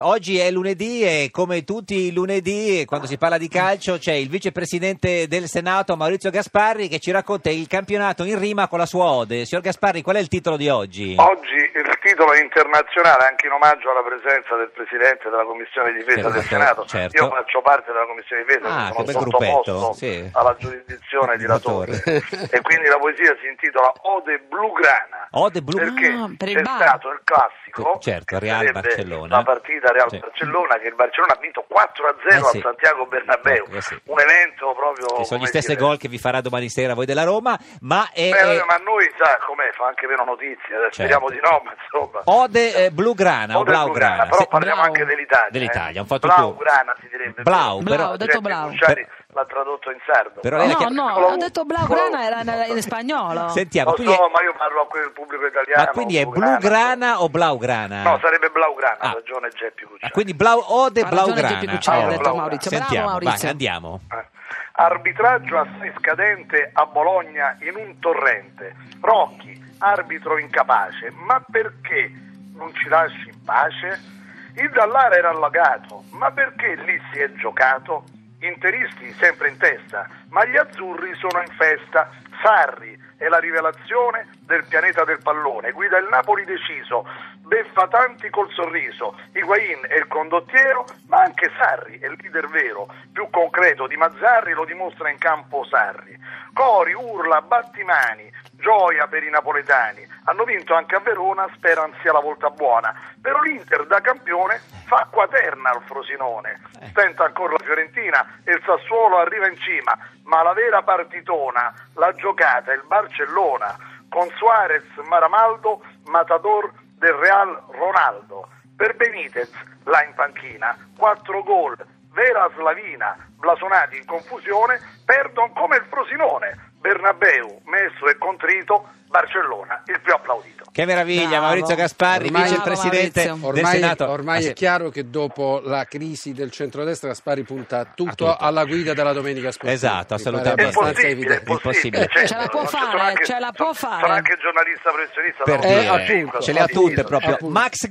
Oggi è lunedì e come tutti i lunedì, quando si parla di calcio, c'è il vicepresidente del Senato, Maurizio Gasparri, che ci racconta il campionato in rima con la sua ode. Signor Gasparri, qual è il titolo di oggi? Oggi il titolo è internazionale, anche in omaggio alla presenza del Presidente della Commissione di Difesa del Senato. Certo. Io faccio parte della Commissione di Difesa, sono sottoposto alla giurisdizione di Latore. E quindi la poesia si intitola Ode Blugrana. Ode Blugrana? Perché è stato il classico, certo, Real Barcellona. la partita Real Barcellona, che il Barcellona ha vinto 4-0 a Santiago Bernabéu, un evento proprio... Che sono gli stessi gol che vi farà domani sera voi della Roma, ma... ma noi, sa com'è, fa anche meno notizie, speriamo di no, ma insomma... Ode Blugrana o Blaugrana. Però parliamo anche dell'Italia. Dell'Italia, un fatto Blaugrana si direbbe. Blau, ho detto Blau. L'ha tradotto in sardo. Però ho detto Blaugrana era in spagnolo. Sentiamo, ma io parlo a quel pubblico italiano. Ma quindi è Blugrana o Blaugrana? No, sarebbe Blaugrana, ha ragione Geppi Cucciari. Quindi Ode Blaugrana. Geppi Cucciari, ha detto Maurizio. Sentiamo, Bravo, Maurizio. vai, andiamo. Arbitraggio assai scadente a Bologna in un torrente. Rocchi, arbitro incapace, ma perché non ci lasci in pace? Il Dallara era allagato, ma perché lì si è giocato? Interisti sempre in testa, ma gli azzurri sono in festa. Sarri è la rivelazione del pianeta del pallone, guida il Napoli deciso, beffa tanti col sorriso. Higuain è il condottiero, ma anche Sarri è il leader vero, più concreto di Mazzarri, lo dimostra in campo Sarri. Cori, urla, battimani, gioia per i napoletani. Hanno vinto anche a Verona, speran sia la volta buona. Però l'Inter da campione fa quaterna al Frosinone. Stenta ancora la Fiorentina e il Sassuolo arriva in cima, ma la vera partitona l'ha giocata il Barcellona con Suarez, Maramaldo, Matador del Real Ronaldo. Per Benitez, là in panchina, 4 gol, vera slavina, blasonati in confusione, perdono come il Frosinone. Bernabéu, messo e contrito, Barcellona, il più applaudito. Che meraviglia, Maurizio Gasparri, vicepresidente del Senato. Ormai è chiaro che dopo la crisi del centrodestra Gasparri punta tutto alla guida della domenica sportiva. Esatto, assolutamente. È impossibile. Ce la può fare, Sarà anche giornalista professionista. Per dire, ce le ha tutte proprio. Appunto. Max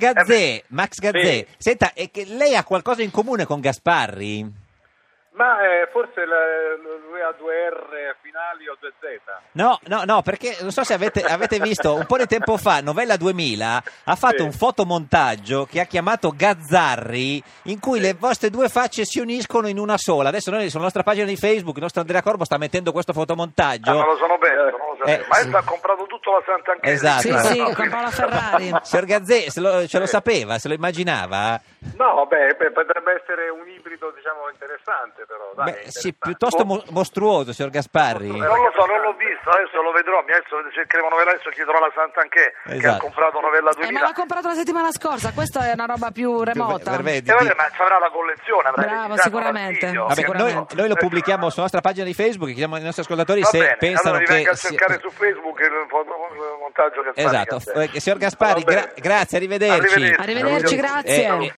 Gazzè. Senta, lei ha qualcosa in comune con Gasparri? Ma forse lui ha 2 R finali o 2 Z. No, perché non so se avete visto, un po' di tempo fa, Novella 2000 ha fatto un fotomontaggio che ha chiamato Gazzarri, in cui le vostre 2 facce si uniscono in una sola. Adesso noi sulla nostra pagina di Facebook, il nostro Andrea Corbo sta mettendo questo fotomontaggio. Ma lo sono perso, non lo sapevo. Ma essa ha comprato tutto la Sant'Anchele. Esatto. Sì, comprò la Ferrari. Signor Gazzè, ce lo sapeva, se lo immaginava? No, potrebbe essere un ibrido, diciamo, interessante, però. Dai, sì, piuttosto mostruoso, signor Gasparri. Non lo so, non l'ho visto, adesso lo vedrò. Adesso cercheremo Novella, adesso chiederò alla Sant'Anchè che ha comprato Novella 2000. Ma l'ha comprato la settimana scorsa, questa è una roba più remota. Ma ci avrà la collezione. Bravo, sicuramente. Noi lo pubblichiamo sulla nostra pagina di Facebook, chiediamo ai nostri ascoltatori pensano allora che... venga a cercare su Facebook il montaggio che Esatto, signor Gasparri, grazie, arrivederci. Arrivederci, grazie.